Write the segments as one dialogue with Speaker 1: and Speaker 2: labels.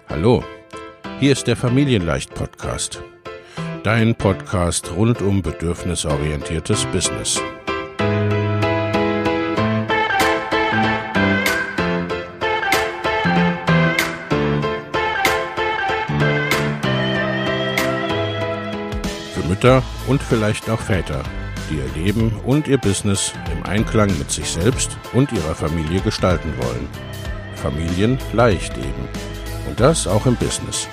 Speaker 1: Hallo, hier ist der Familienleicht-Podcast. Dein Podcast rund um bedürfnisorientiertes Business. Für Mütter und vielleicht auch Väter, die ihr Leben und ihr Business im Einklang mit sich selbst und ihrer Familie gestalten wollen. Familien leicht eben. Und das auch im Business.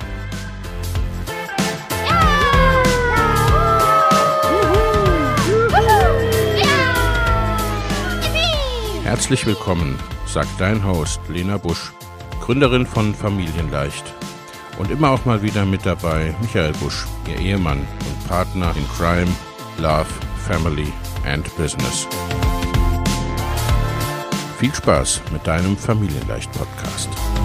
Speaker 1: Herzlich willkommen, sagt dein Host Lena Busch, Gründerin von Familienleicht. Und immer auch mal wieder mit dabei Michael Busch, ihr Ehemann und Partner in Crime, Love, Family and Business. Viel Spaß mit deinem Familienleicht-Podcast.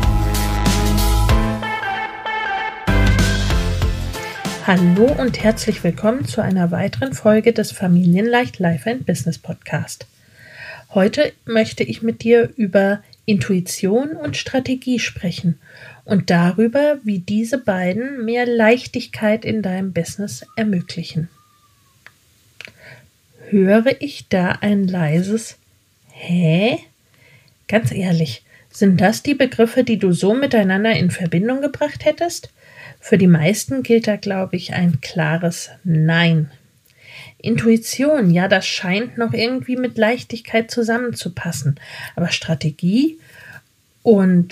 Speaker 2: Hallo und herzlich willkommen zu einer weiteren Folge des Familienleicht Life and Business Podcast. Heute möchte ich mit dir über Intuition und Strategie sprechen und darüber, wie diese beiden mehr Leichtigkeit in deinem Business ermöglichen. Höre ich da ein leises Hä? Ganz ehrlich, sind das die Begriffe, die du so miteinander in Verbindung gebracht hättest? Für die meisten gilt da, glaube ich, ein klares Nein. Intuition, ja, das scheint noch irgendwie mit Leichtigkeit zusammenzupassen. Aber Strategie und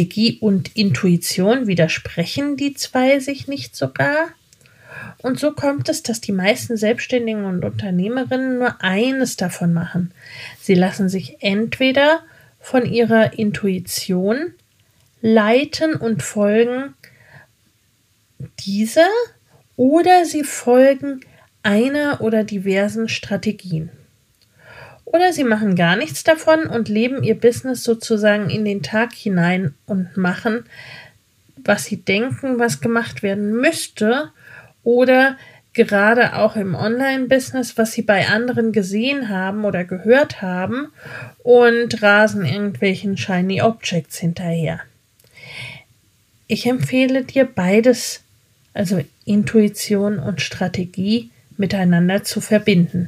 Speaker 2: Intuition, widersprechen die zwei sich nicht sogar? Und so kommt es, dass die meisten Selbstständigen und Unternehmerinnen nur eines davon machen. Sie lassen sich entweder von ihrer Intuition leiten und folgen dieser oder sie folgen einer oder diversen Strategien. Oder sie machen gar nichts davon und leben ihr Business sozusagen in den Tag hinein und machen, was sie denken, was gemacht werden müsste, oder gerade auch im Online-Business, was sie bei anderen gesehen haben oder gehört haben und rasen irgendwelchen Shiny Objects hinterher. Ich empfehle dir beides, also Intuition und Strategie, miteinander zu verbinden.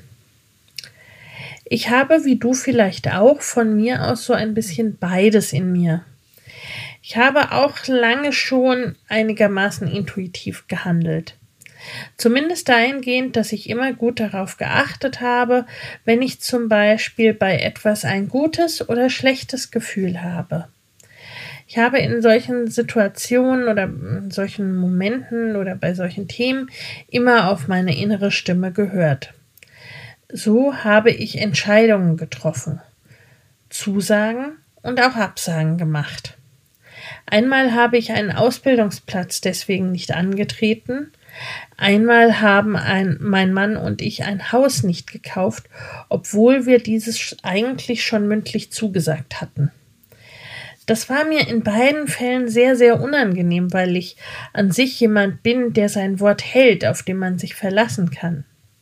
Speaker 2: Ich habe, wie du vielleicht auch, von mir aus so ein bisschen beides in mir. Ich habe auch lange schon einigermaßen intuitiv gehandelt. Zumindest dahingehend, dass ich immer gut darauf geachtet habe, wenn ich zum Beispiel bei etwas ein gutes oder schlechtes Gefühl habe. Ich habe in solchen Situationen oder in solchen Momenten oder bei solchen Themen immer auf meine innere Stimme gehört. So habe ich Entscheidungen getroffen, Zusagen und auch Absagen gemacht. Einmal habe ich einen Ausbildungsplatz deswegen nicht angetreten. Einmal haben mein Mann und ich ein Haus nicht gekauft, obwohl wir dieses eigentlich schon mündlich zugesagt hatten. Das war mir in beiden Fällen sehr, sehr unangenehm, weil ich an sich jemand bin, der sein Wort hält, auf den man sich verlassen kann.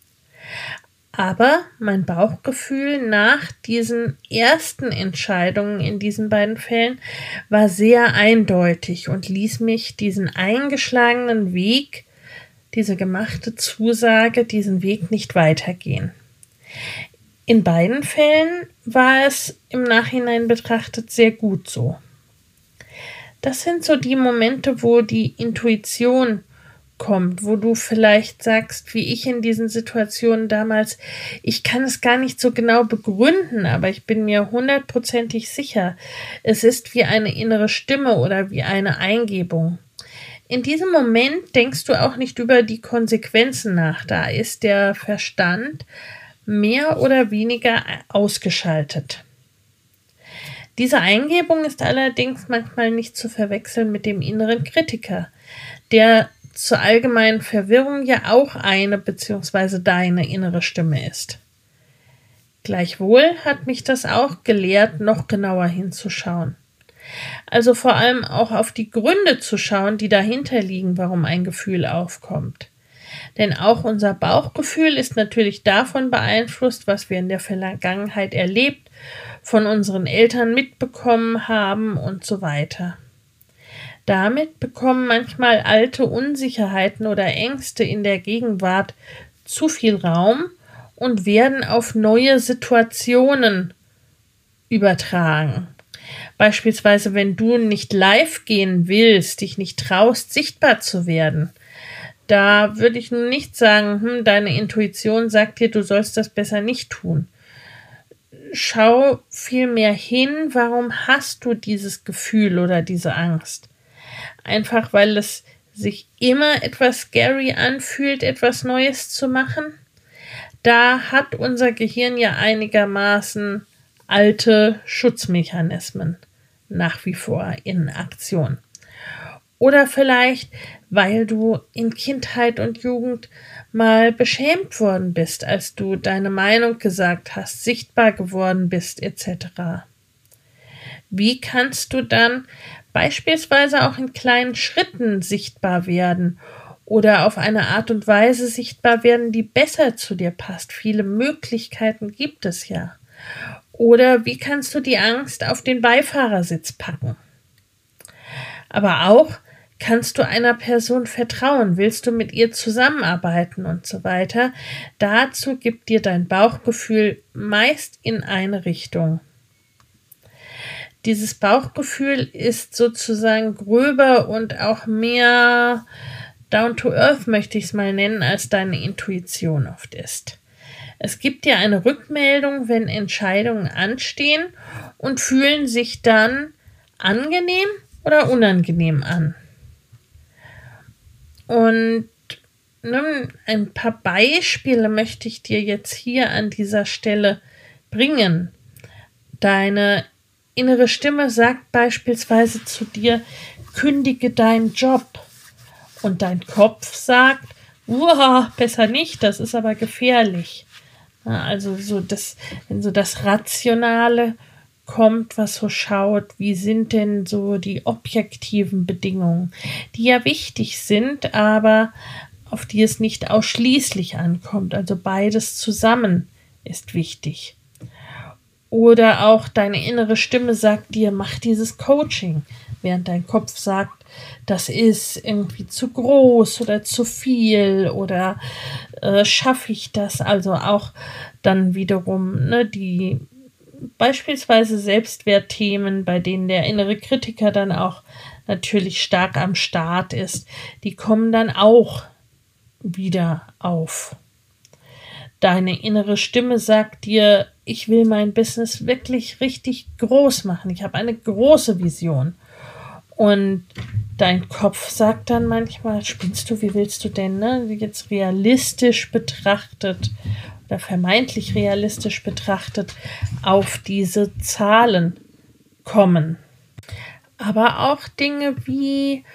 Speaker 2: Aber mein Bauchgefühl nach diesen ersten Entscheidungen in diesen beiden Fällen war sehr eindeutig und ließ mich diesen eingeschlagenen Weg, diese gemachte Zusage, diesen Weg nicht weitergehen. In beiden Fällen war es im Nachhinein betrachtet sehr gut so. Das sind so die Momente, wo die Intuition kommt, wo du vielleicht sagst, wie ich in diesen Situationen damals, ich kann es gar nicht so genau begründen, aber ich bin mir 100%ig sicher, es ist wie eine innere Stimme oder wie eine Eingebung. In diesem Moment denkst du auch nicht über die Konsequenzen nach, da ist der Verstand mehr oder weniger ausgeschaltet. Diese Eingebung ist allerdings manchmal nicht zu verwechseln mit dem inneren Kritiker, der zur allgemeinen Verwirrung ja auch eine bzw. deine innere Stimme ist. Gleichwohl hat mich das auch gelehrt, noch genauer hinzuschauen. Also vor allem auch auf die Gründe zu schauen, die dahinter liegen, warum ein Gefühl aufkommt. Denn auch unser Bauchgefühl ist natürlich davon beeinflusst, was wir in der Vergangenheit erlebt, von unseren Eltern mitbekommen haben und so weiter. Damit bekommen manchmal alte Unsicherheiten oder Ängste in der Gegenwart zu viel Raum und werden auf neue Situationen übertragen. Beispielsweise, wenn du nicht live gehen willst, dich nicht traust, sichtbar zu werden, da würde ich nun nicht sagen, deine Intuition sagt dir, du sollst das besser nicht tun. Schau vielmehr hin, warum hast du dieses Gefühl oder diese Angst? Einfach, weil es sich immer etwas scary anfühlt, etwas Neues zu machen? Da hat unser Gehirn ja einigermaßen alte Schutzmechanismen nach wie vor in Aktion. Oder vielleicht, weil du in Kindheit und Jugend mal beschämt worden bist, als du deine Meinung gesagt hast, sichtbar geworden bist, etc. Wie kannst du dann beispielsweise auch in kleinen Schritten sichtbar werden oder auf eine Art und Weise sichtbar werden, die besser zu dir passt? Viele Möglichkeiten gibt es ja. Oder wie kannst du die Angst auf den Beifahrersitz packen? Aber auch, kannst du einer Person vertrauen? Willst du mit ihr zusammenarbeiten und so weiter? Dazu gibt dir dein Bauchgefühl meist in eine Richtung. Dieses Bauchgefühl ist sozusagen gröber und auch mehr down to earth, möchte ich es mal nennen, als deine Intuition oft ist. Es gibt dir eine Rückmeldung, wenn Entscheidungen anstehen und fühlen sich dann angenehm oder unangenehm an. Und ein paar Beispiele möchte ich dir jetzt hier an dieser Stelle bringen. Deine innere Stimme sagt beispielsweise zu dir, kündige deinen Job. Und dein Kopf sagt, besser nicht, das ist aber gefährlich. Also wenn so das Rationale kommt, was so schaut, wie sind denn so die objektiven Bedingungen, die ja wichtig sind, aber auf die es nicht ausschließlich ankommt. Also beides zusammen ist wichtig. Oder auch deine innere Stimme sagt dir, mach dieses Coaching, während dein Kopf sagt, das ist irgendwie zu groß oder zu viel oder schaffe ich das? Also auch dann wiederum die beispielsweise Selbstwertthemen, bei denen der innere Kritiker dann auch natürlich stark am Start ist, die kommen dann auch wieder auf. Deine innere Stimme sagt dir, ich will mein Business wirklich richtig groß machen. Ich habe eine große Vision. Und dein Kopf sagt dann manchmal, spinnst du, wie willst du denn, jetzt realistisch betrachtet oder vermeintlich realistisch betrachtet auf diese Zahlen kommen. Aber auch Dinge wie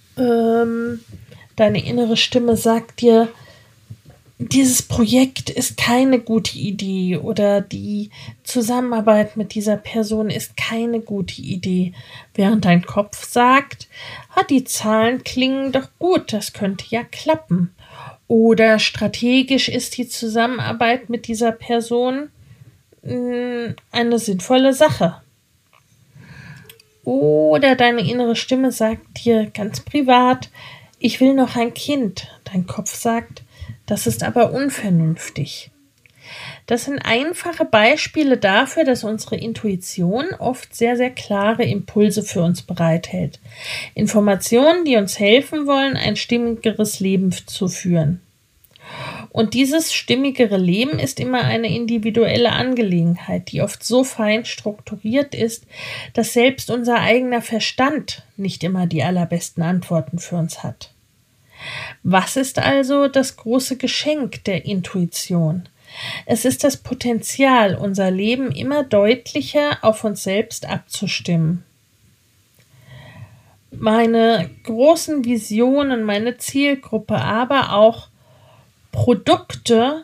Speaker 2: deine innere Stimme sagt dir, dieses Projekt ist keine gute Idee oder die Zusammenarbeit mit dieser Person ist keine gute Idee, während dein Kopf sagt, die Zahlen klingen doch gut, das könnte ja klappen. Oder strategisch ist die Zusammenarbeit mit dieser Person eine sinnvolle Sache. Oder deine innere Stimme sagt dir ganz privat, ich will noch ein Kind. Dein Kopf sagt, das ist aber unvernünftig. Das sind einfache Beispiele dafür, dass unsere Intuition oft sehr, sehr klare Impulse für uns bereithält. Informationen, die uns helfen wollen, ein stimmigeres Leben zu führen. Und dieses stimmigere Leben ist immer eine individuelle Angelegenheit, die oft so fein strukturiert ist, dass selbst unser eigener Verstand nicht immer die allerbesten Antworten für uns hat. Was ist also das große Geschenk der Intuition? Es ist das Potenzial, unser Leben immer deutlicher auf uns selbst abzustimmen. Meine großen Visionen, meine Zielgruppe, aber auch Produkte,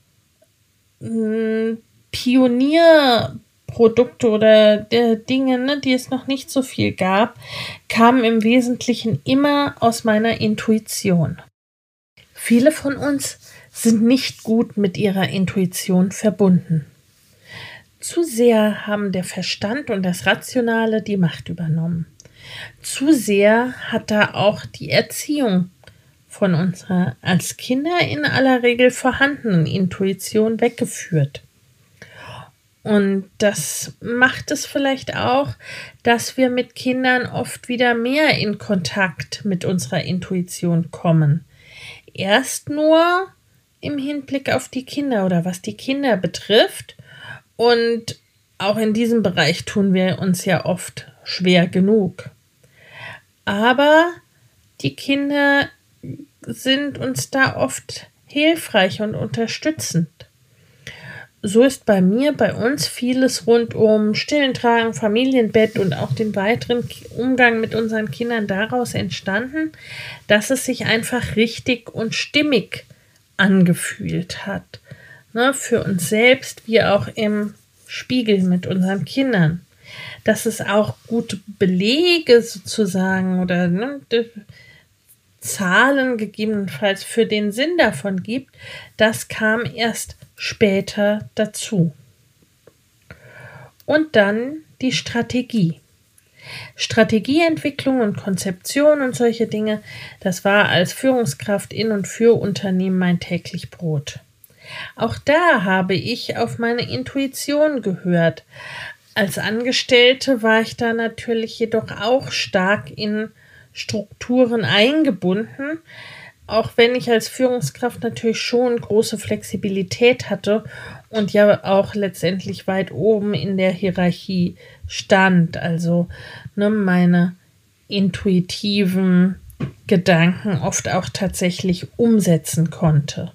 Speaker 2: Pionierprodukte oder Dinge, die es noch nicht so viel gab, kamen im Wesentlichen immer aus meiner Intuition. Viele von uns sind nicht gut mit ihrer Intuition verbunden. Zu sehr haben der Verstand und das Rationale die Macht übernommen. Zu sehr hat da auch die Erziehung von unserer als Kinder in aller Regel vorhandenen Intuition weggeführt. Und das macht es vielleicht auch, dass wir mit Kindern oft wieder mehr in Kontakt mit unserer Intuition kommen. Erst nur im Hinblick auf die Kinder oder was die Kinder betrifft. Und auch in diesem Bereich tun wir uns ja oft schwer genug. Aber die Kinder sind uns da oft hilfreich und unterstützend. So ist bei uns vieles rund um Stillen tragen, Familienbett und auch den weiteren Umgang mit unseren Kindern daraus entstanden, dass es sich einfach richtig und stimmig angefühlt hat. Ne, für uns selbst wie auch im Spiegel mit unseren Kindern. Dass es auch gute Belege sozusagen oder Zahlen gegebenenfalls für den Sinn davon gibt, das kam erst später dazu. Und dann die Strategie. Strategieentwicklung und Konzeption und solche Dinge, das war als Führungskraft in und für Unternehmen mein täglich Brot. Auch da habe ich auf meine Intuition gehört. Als Angestellte war ich da natürlich jedoch auch stark in Strukturen eingebunden, auch wenn ich als Führungskraft natürlich schon große Flexibilität hatte und ja auch letztendlich weit oben in der Hierarchie stand, also meine intuitiven Gedanken oft auch tatsächlich umsetzen konnte.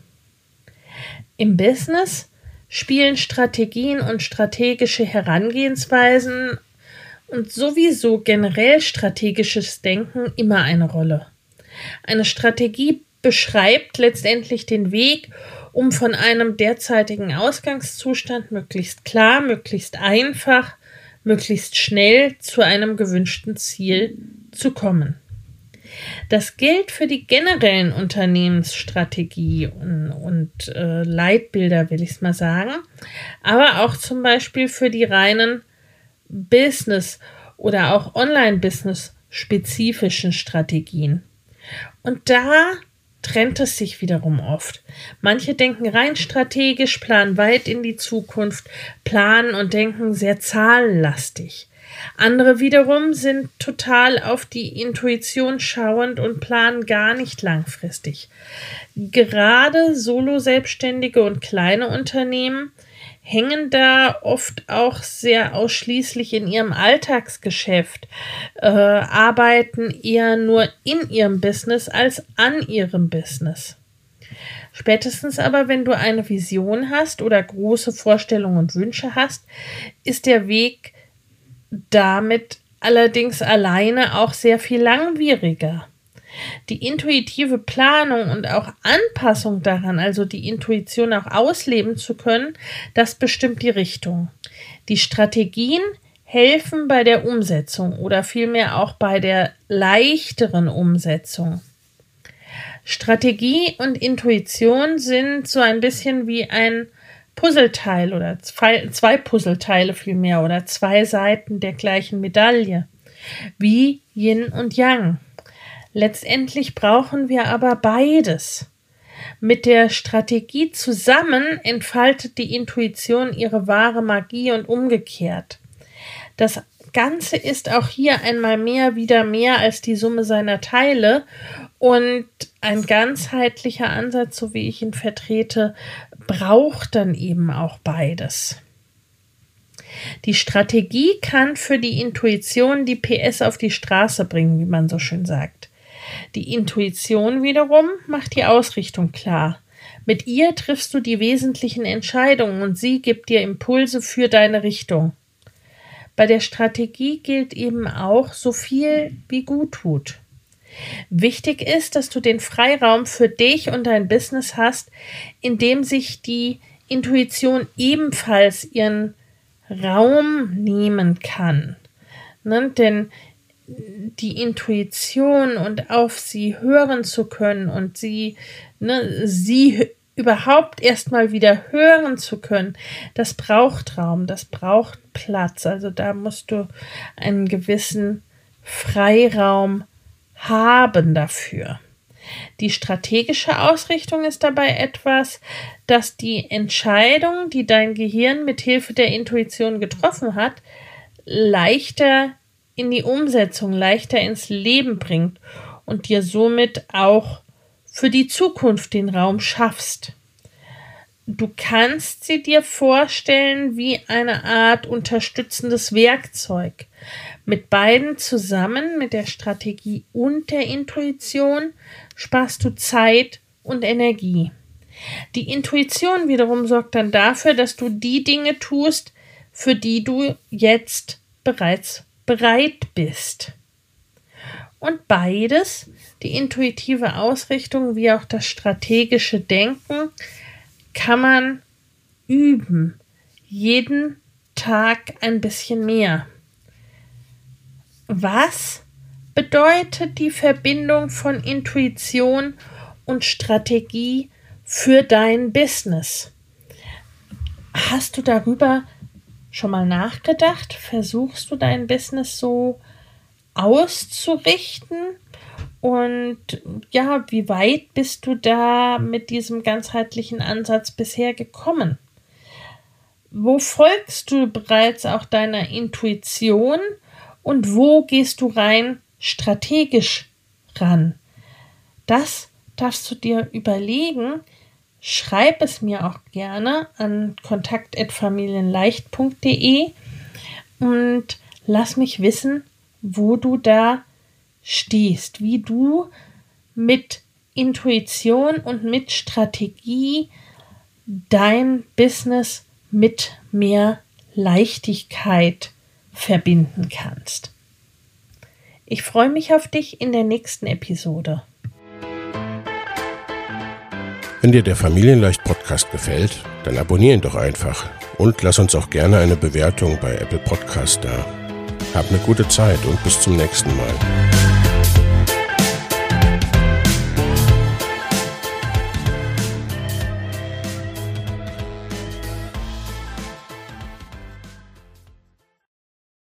Speaker 2: Im Business spielen Strategien und strategische Herangehensweisen und sowieso generell strategisches Denken immer eine Rolle. Eine Strategie beschreibt letztendlich den Weg, um von einem derzeitigen Ausgangszustand möglichst klar, möglichst einfach, möglichst schnell zu einem gewünschten Ziel zu kommen. Das gilt für die generellen Unternehmensstrategie und Leitbilder, will ich es mal sagen, aber auch zum Beispiel für die reinen Business- oder auch Online-Business-spezifischen Strategien. Und da trennt es sich wiederum oft. Manche denken rein strategisch, planen weit in die Zukunft, planen und denken sehr zahlenlastig. Andere wiederum sind total auf die Intuition schauend und planen gar nicht langfristig. Gerade Solo-Selbstständige und kleine Unternehmen hängen da oft auch sehr ausschließlich in ihrem Alltagsgeschäft, arbeiten eher nur in ihrem Business als an ihrem Business. Spätestens aber, wenn du eine Vision hast oder große Vorstellungen und Wünsche hast, ist der Weg damit allerdings alleine auch sehr viel langwieriger. Die intuitive Planung und auch Anpassung daran, also die Intuition auch ausleben zu können, das bestimmt die Richtung. Die Strategien helfen bei der Umsetzung oder vielmehr auch bei der leichteren Umsetzung. Strategie und Intuition sind so ein bisschen wie ein Puzzleteil oder zwei Puzzleteile vielmehr oder zwei Seiten der gleichen Medaille, wie Yin und Yang. Letztendlich brauchen wir aber beides. Mit der Strategie zusammen entfaltet die Intuition ihre wahre Magie und umgekehrt. Das Ganze ist auch hier einmal wieder mehr als die Summe seiner Teile und ein ganzheitlicher Ansatz, so wie ich ihn vertrete, braucht dann eben auch beides. Die Strategie kann für die Intuition die PS auf die Straße bringen, wie man so schön sagt. Die Intuition wiederum macht die Ausrichtung klar. Mit ihr triffst du die wesentlichen Entscheidungen und sie gibt dir Impulse für deine Richtung. Bei der Strategie gilt eben auch so viel wie gut tut. Wichtig ist, dass du den Freiraum für dich und dein Business hast, in dem sich die Intuition ebenfalls ihren Raum nehmen kann. Denn die Intuition und auf sie hören zu können und sie überhaupt erstmal wieder hören zu können, das braucht Raum, das braucht Platz. Also da musst du einen gewissen Freiraum haben dafür. Die strategische Ausrichtung ist dabei etwas, das die Entscheidung, die dein Gehirn mit Hilfe der Intuition getroffen hat, leichter in die Umsetzung, leichter ins Leben bringt und dir somit auch für die Zukunft den Raum schaffst. Du kannst sie dir vorstellen wie eine Art unterstützendes Werkzeug. Mit beiden zusammen, mit der Strategie und der Intuition, sparst du Zeit und Energie. Die Intuition wiederum sorgt dann dafür, dass du die Dinge tust, für die du jetzt bereits bereit bist. Und beides, die intuitive Ausrichtung wie auch das strategische Denken, kann man üben. Jeden Tag ein bisschen mehr. Was bedeutet die Verbindung von Intuition und Strategie für dein Business? Hast du darüber schon mal nachgedacht? Versuchst du dein Business so auszurichten? Und ja, wie weit bist du da mit diesem ganzheitlichen Ansatz bisher gekommen? Wo folgst du bereits auch deiner Intuition und wo gehst du rein strategisch ran? Das darfst du dir überlegen. Schreib es mir auch gerne an kontakt@familienleicht.de und lass mich wissen, wo du da stehst, wie du mit Intuition und mit Strategie dein Business mit mehr Leichtigkeit verbinden kannst. Ich freue mich auf dich in der nächsten Episode.
Speaker 1: Wenn dir der Familienleicht-Podcast gefällt, dann abonniere ihn doch einfach und lass uns auch gerne eine Bewertung bei Apple Podcast da. Hab eine gute Zeit und bis zum nächsten Mal.